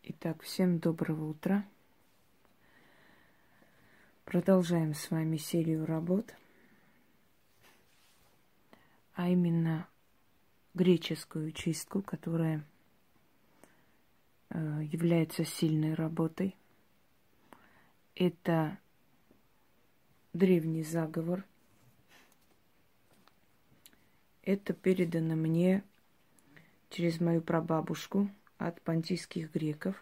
Итак, всем доброго утра. Продолжаем с вами серию работ, а именно греческую чистку, которая является сильной работой. Это древний заговор. Это передано мне через мою прабабушку от понтийских греков.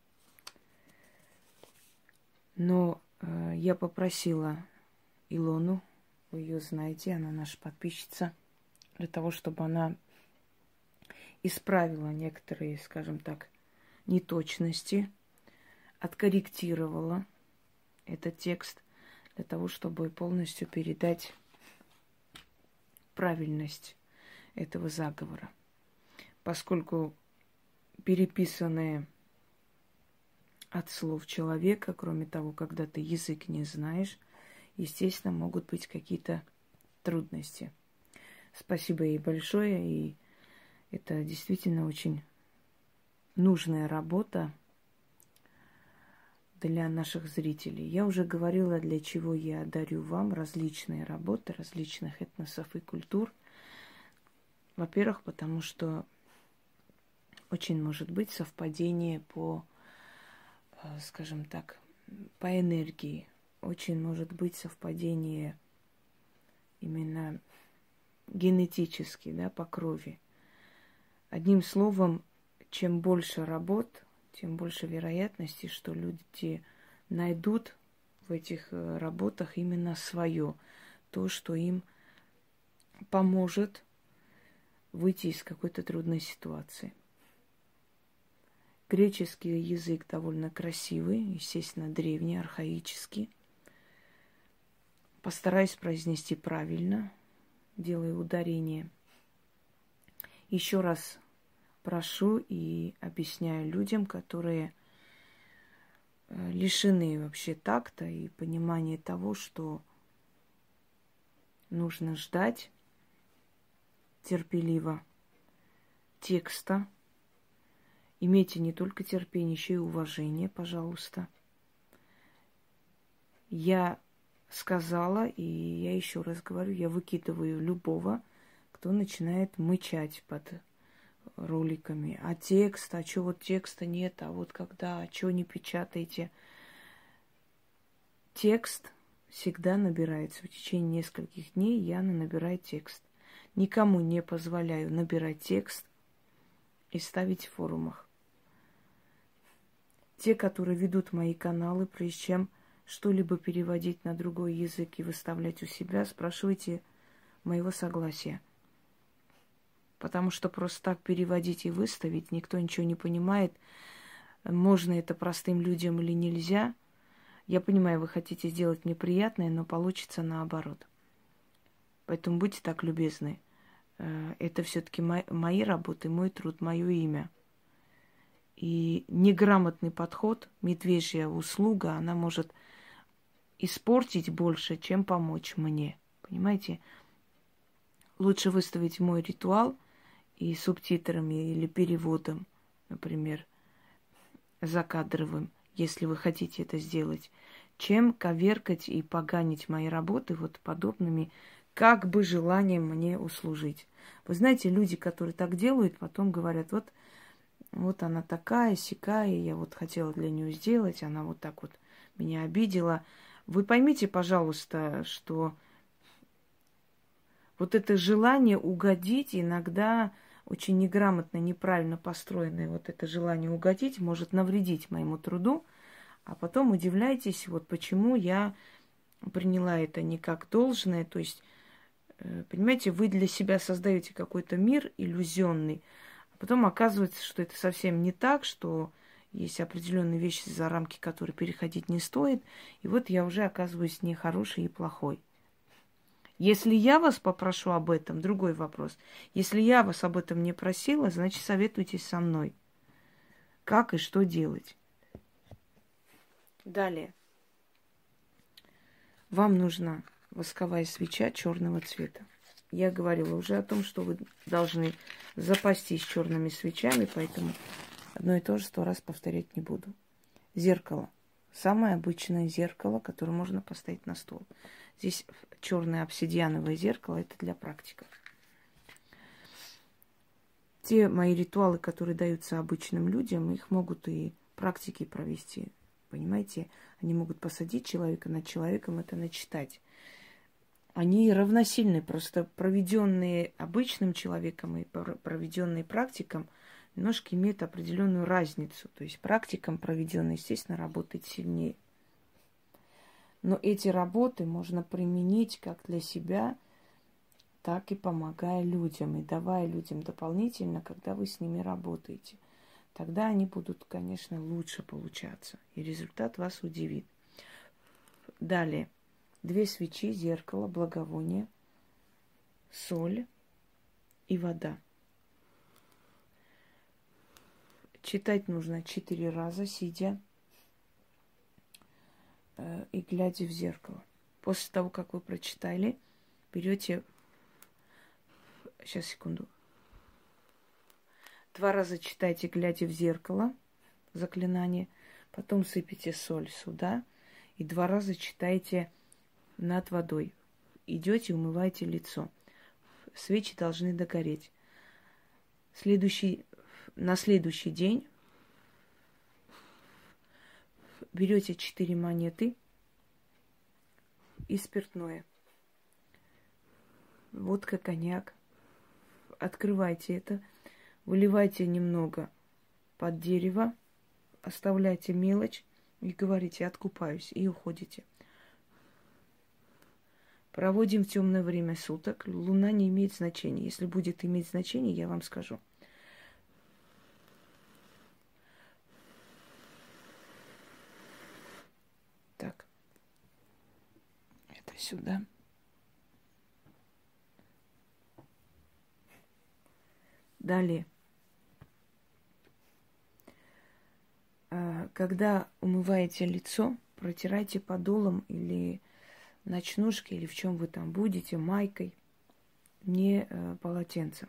Но я попросила Илону, вы ее знаете, она наша подписчица, для того, чтобы она исправила некоторые, скажем так, неточности, откорректировала этот текст для того, чтобы полностью передать правильность этого заговора. Поскольку переписанные от слов человека, кроме того, когда ты язык не знаешь, естественно, могут быть какие-то трудности. Спасибо ей большое, и это действительно очень нужная работа для наших зрителей. Я уже говорила, для чего я дарю вам различные работы различных этносов и культур. Во-первых, потому что очень может быть совпадение по, скажем так, по энергии. Очень может быть совпадение именно генетически, да, по крови. Одним словом, чем больше работ, тем больше вероятности, что люди найдут в этих работах именно свое, то, что им поможет выйти из какой-то трудной ситуации. Греческий язык довольно красивый, естественно, древний, архаический. Постараюсь произнести правильно, делаю ударение. Еще раз прошу и объясняю людям, которые лишены вообще такта и понимания того, что нужно ждать терпеливо текста. Имейте не только терпение, еще и уважение, пожалуйста. Я сказала, и я еще раз говорю, я выкидываю любого, кто начинает мычать под роликами. А текст, а что вот текста нет, а вот когда, а что не печатаете? Текст всегда набирается. В течение нескольких дней Яна набирает текст. Никому не позволяю набирать текст и ставить в форумах. Те, которые ведут мои каналы, прежде чем что-либо переводить на другой язык и выставлять у себя, спрашивайте моего согласия. Потому что просто так переводить и выставить, никто ничего не понимает, можно это простым людям или нельзя. Я понимаю, вы хотите сделать мне приятное, но получится наоборот. Поэтому будьте так любезны. Это все-таки мои работы, мой труд, мое имя. И неграмотный подход, медвежья услуга, она может испортить больше, чем помочь мне. Понимаете? Лучше выставить мой ритуал и субтитрами или переводом, например, закадровым, если вы хотите это сделать, чем коверкать и поганить мои работы вот подобными как бы желанием мне услужить. Вы знаете, люди, которые так делают, потом говорят, вот она такая, сякая, я вот хотела для нее сделать, она вот так вот меня обидела. Вы поймите, пожалуйста, что вот это желание угодить иногда очень неграмотно, неправильно построенное вот это желание угодить может навредить моему труду, а потом удивляйтесь, вот почему я приняла это не как должное, то есть, понимаете, вы для себя создаете какой-то мир иллюзионный, а потом оказывается, что это совсем не так, что есть определенные вещи, за рамки которые переходить не стоит, и вот я уже оказываюсь нехорошей и плохой. Если я вас попрошу об этом, другой вопрос. Если я вас об этом не просила, значит, советуйтесь со мной. Как и что делать. Далее. Вам нужна восковая свеча черного цвета. Я говорила уже о том, что вы должны запастись черными свечами, поэтому Одно и то же 100 раз повторять не буду. Зеркало. Самое обычное зеркало, которое можно поставить на стол. Здесь черное обсидиановое зеркало, это для практиков. Те мои ритуалы, которые даются обычным людям, их могут и практики провести. Понимаете? Они могут посадить человека над человеком, это начитать. Они равносильны, просто проведенные обычным человеком и проведенные практиком немножко имеют определенную разницу. То есть практикам проведенный, естественно, работает сильнее. Но эти работы можно применить как для себя, так и помогая людям, и давая людям дополнительно, когда вы с ними работаете. Тогда они будут, конечно, лучше получаться, и результат вас удивит. Далее. 2 свечи, зеркало, благовоние, соль и вода. Читать нужно 4 раза, сидя и глядя в зеркало. После того, как вы прочитали, берете... Сейчас, секунду. 2 раза читайте, глядя в зеркало, заклинание. Потом сыпите соль сюда. И 2 раза читайте над водой. Идете, умываете лицо. Свечи должны догореть. На следующий день берете 4 монеты и спиртное. Водка, коньяк. Открывайте это. Выливайте немного под дерево. Оставляйте мелочь и говорите: откупаюсь, и уходите. Проводим в темное время суток. Луна не имеет значения. Если будет иметь значение, я вам скажу. Так. Это сюда. Далее. Когда умываете лицо, протирайте подолом или ночнушкой, или в чем вы там будете, майкой, не полотенцем.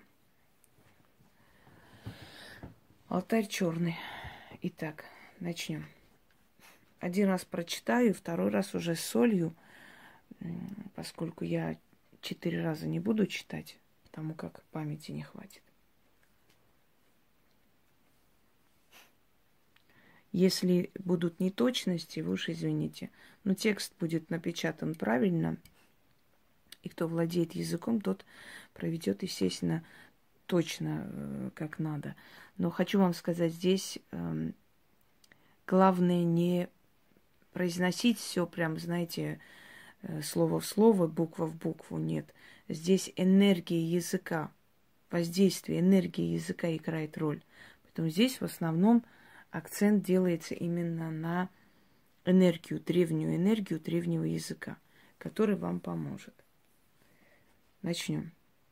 Алтарь черный. Итак, начнем. 1 раз прочитаю, 2 раз уже с солью, поскольку я 4 раза не буду читать, потому как памяти не хватит. Если будут неточности, вы уж извините. Но текст будет напечатан правильно. И кто владеет языком, тот проведет, естественно, точно, как надо. Но хочу вам сказать, здесь главное не произносить все прям, знаете, слово в слово, буква в букву. Нет. Здесь энергия языка, воздействие энергии языка играет роль. Поэтому здесь в основном акцент делается именно на энергию, древнюю энергию древнего языка, который вам поможет. Начнем.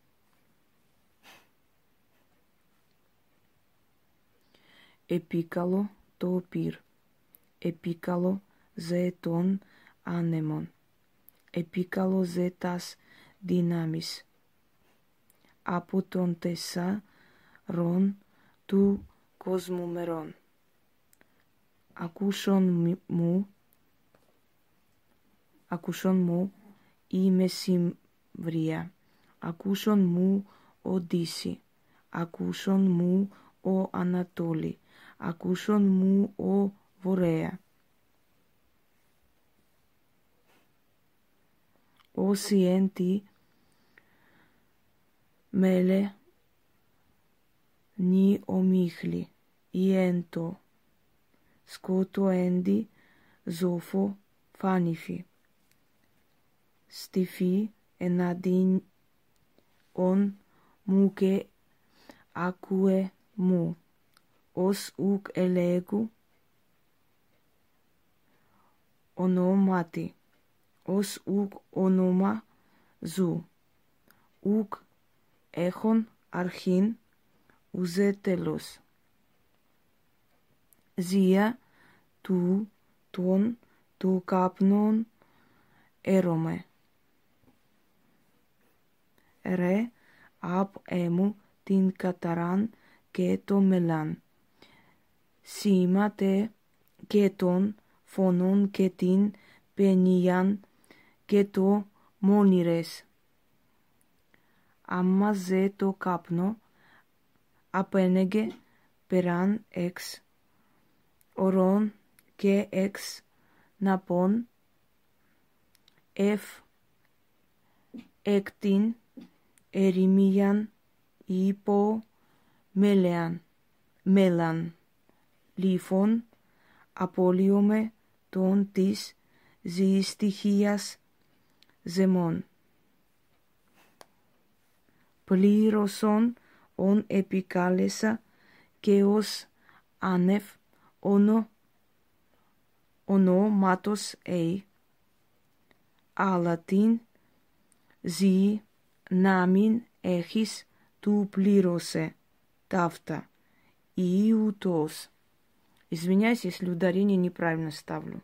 Эпикало топир, эпикало зетон анемон, эпикало зетас динамис, апотонтеса ρον του κοσμούμερον. Ακούσον μου η μεσημβρία, ακούσον μου ο Δύση, ακούσον μου ο Ανατόλη, ακούσον μου ο Βορέα. Όσοι εν τη μέλε νη ομίχλη, ή εν το σκότω έντι ζώφο φάνηφι. Στιφί εναντίον μου και άκουε μου, ως ουκ ελέγου ονόματι, ως ουκ όνομα ζου, ουκ έχον αρχήν ουζε τέλος. Ζία του των του καπνών έρωμε. Ρε απ' έμου την καταράν και το μελάν. Сима те кетон φωνών και την παινίαν και το μόνιρες. Άμα ζε το κάπνο, απένεγε περάν εξ ορών και εξ ναπών, εφ εκτίν ερημίαν υπό μέλαν. Λοιπόν, απολύομαι τον της ζυστοιχίας ζεμών. Πλήρωσον ον επικάλεσα και ως άνευ ονόματος αλλά την ζει να μην έχεις του πλήρωσε ταύτα и утос. Извиняюсь, если ударение неправильно ставлю.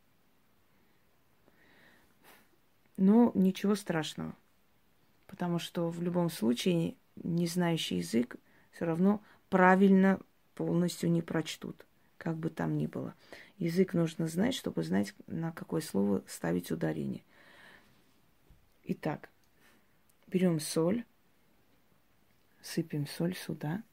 Но ничего страшного. Потому что в любом случае, не знающий язык все равно правильно полностью не прочтут, как бы там ни было. Язык нужно знать, чтобы знать, на какое слово ставить ударение. Итак, берем соль, сыпем соль сюда.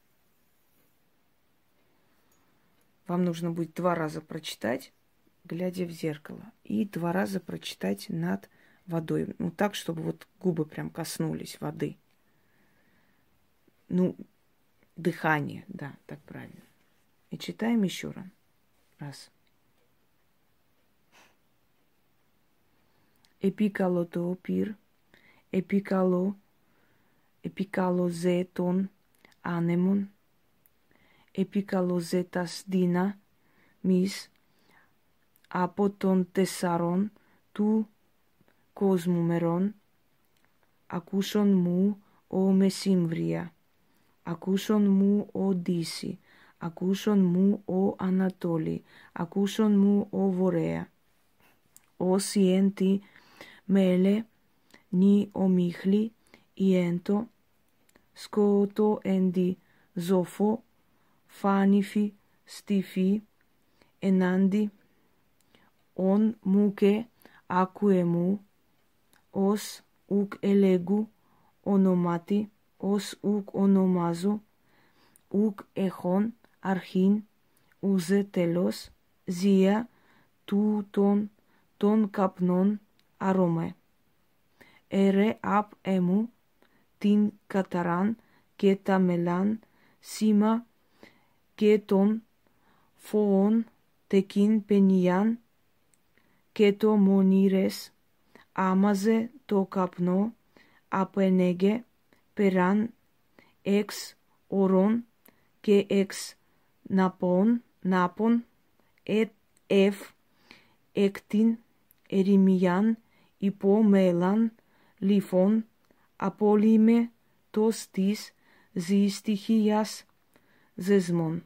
Вам нужно будет 2 раза прочитать, глядя в зеркало, и 2 раза прочитать над водой. Ну, так, чтобы вот губы прям коснулись воды. Ну, дыхание, да, так правильно. И читаем еще раз. Раз. Επίκαλο το πυρ, επίκαλο ζε των άνεμων, επίκαλο ζε τας δύναμις από των 4 του κόσμου μερών, ακούσον μου ο μεσήμβρια, ακούσον μου ο Δύση, ακούσον μου ο Ανατόλη, ακούσον μου ο Βορέα. Όσοι εν τη μέλε νη ομίχλη ιέντο, σκότω εν τη ζώφο, φάνηφη στήφη, ενάντι, ον μου και άκουε μου, ως ουκ ελέγου ονομάτι, ως ουκ ονομάζω, ουκ έχον αρχήν, ουζε τέλος, ζία τούτον των καπνών αρώμε. Ερε απ έμου την καταράν και τα μελάν σήμα και των φόων τεκίν παινιάν και το μονήρες άμαζε το καπνό απενέγε περάν εξ ορών και εξ νάπων εφ εκτίν ερημιάν υπό μέλαν λοιπόν απόλυμε τος της ζυστοιχίας ζεσμών.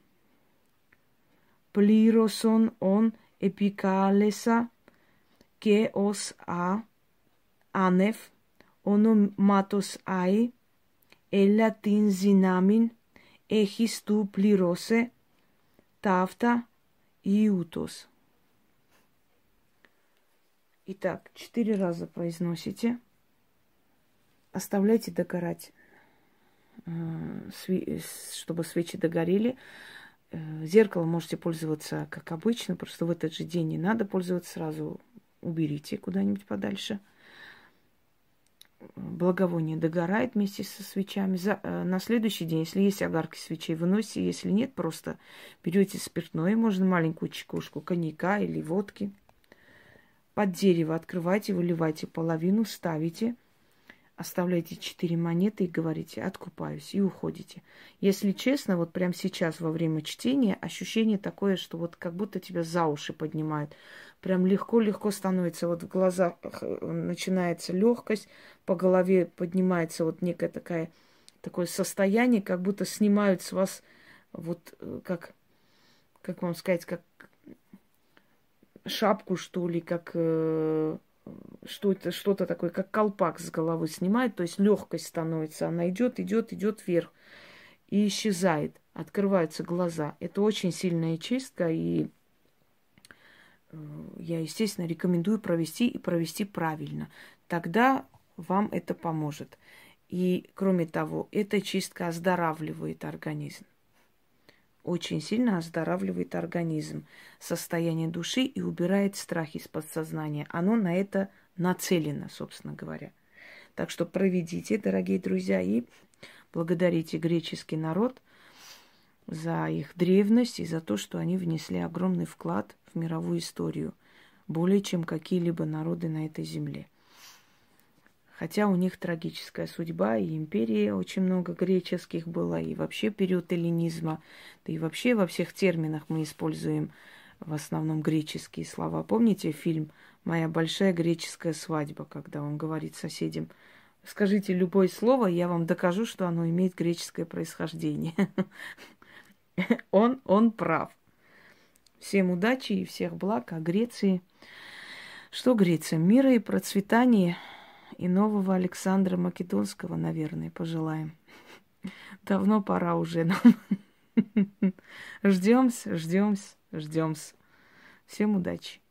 Πλήρωσον ον επικάλεσα και ως άνευ ονόματος άι, έλα την δυνάμιν έχεις του πληρώσε ταύτα и утос. Итак, 4 раза произносите. Оставляйте догорать, чтобы свечи догорели. Зеркало можете пользоваться как обычно, просто в этот же день не надо пользоваться, сразу уберите куда-нибудь подальше. Благовоние догорает вместе со свечами. На следующий день, если есть огарки свечей, выносите. Если нет, просто берете спиртное, можно маленькую чекушку коньяка или водки. Под дерево открывайте, выливайте половину, ставите, оставляйте 4 монеты и говорите «откупаюсь» и уходите. Если честно, вот прямо сейчас во время чтения ощущение такое, что вот как будто тебя за уши поднимают. Прям легко-легко становится, вот в глазах начинается легкость, по голове поднимается вот некое такое состояние, как будто снимают с вас вот как вам сказать, как шапку, что ли, как что-то такое, как колпак с головы снимает, то есть легкость становится, она идет вверх и исчезает. открываются глаза. Это очень сильная чистка, и я, естественно, рекомендую провести и провести правильно. Тогда вам это поможет. И, кроме того, эта чистка оздоравливает организм. Очень сильно оздоравливает организм, состояние души и убирает страх из подсознания. Оно на это нацелено, собственно говоря. Так что проведите, дорогие друзья, и благодарите греческий народ за их древность и за то, что они внесли огромный вклад в мировую историю, более чем какие-либо народы на этой земле. Хотя у них трагическая судьба, и империи очень много греческих было, и вообще период эллинизма, да и вообще во всех терминах мы используем в основном греческие слова. Помните фильм «Моя большая греческая свадьба», когда он говорит соседям: скажите любое слово, я вам докажу, что оно имеет греческое происхождение. Он прав. Всем удачи и всех благ, а Греции... Что Греция? Мира и процветания, и нового Александра Македонского, наверное, пожелаем. Давно пора уже нам. Ждем-с. Всем удачи.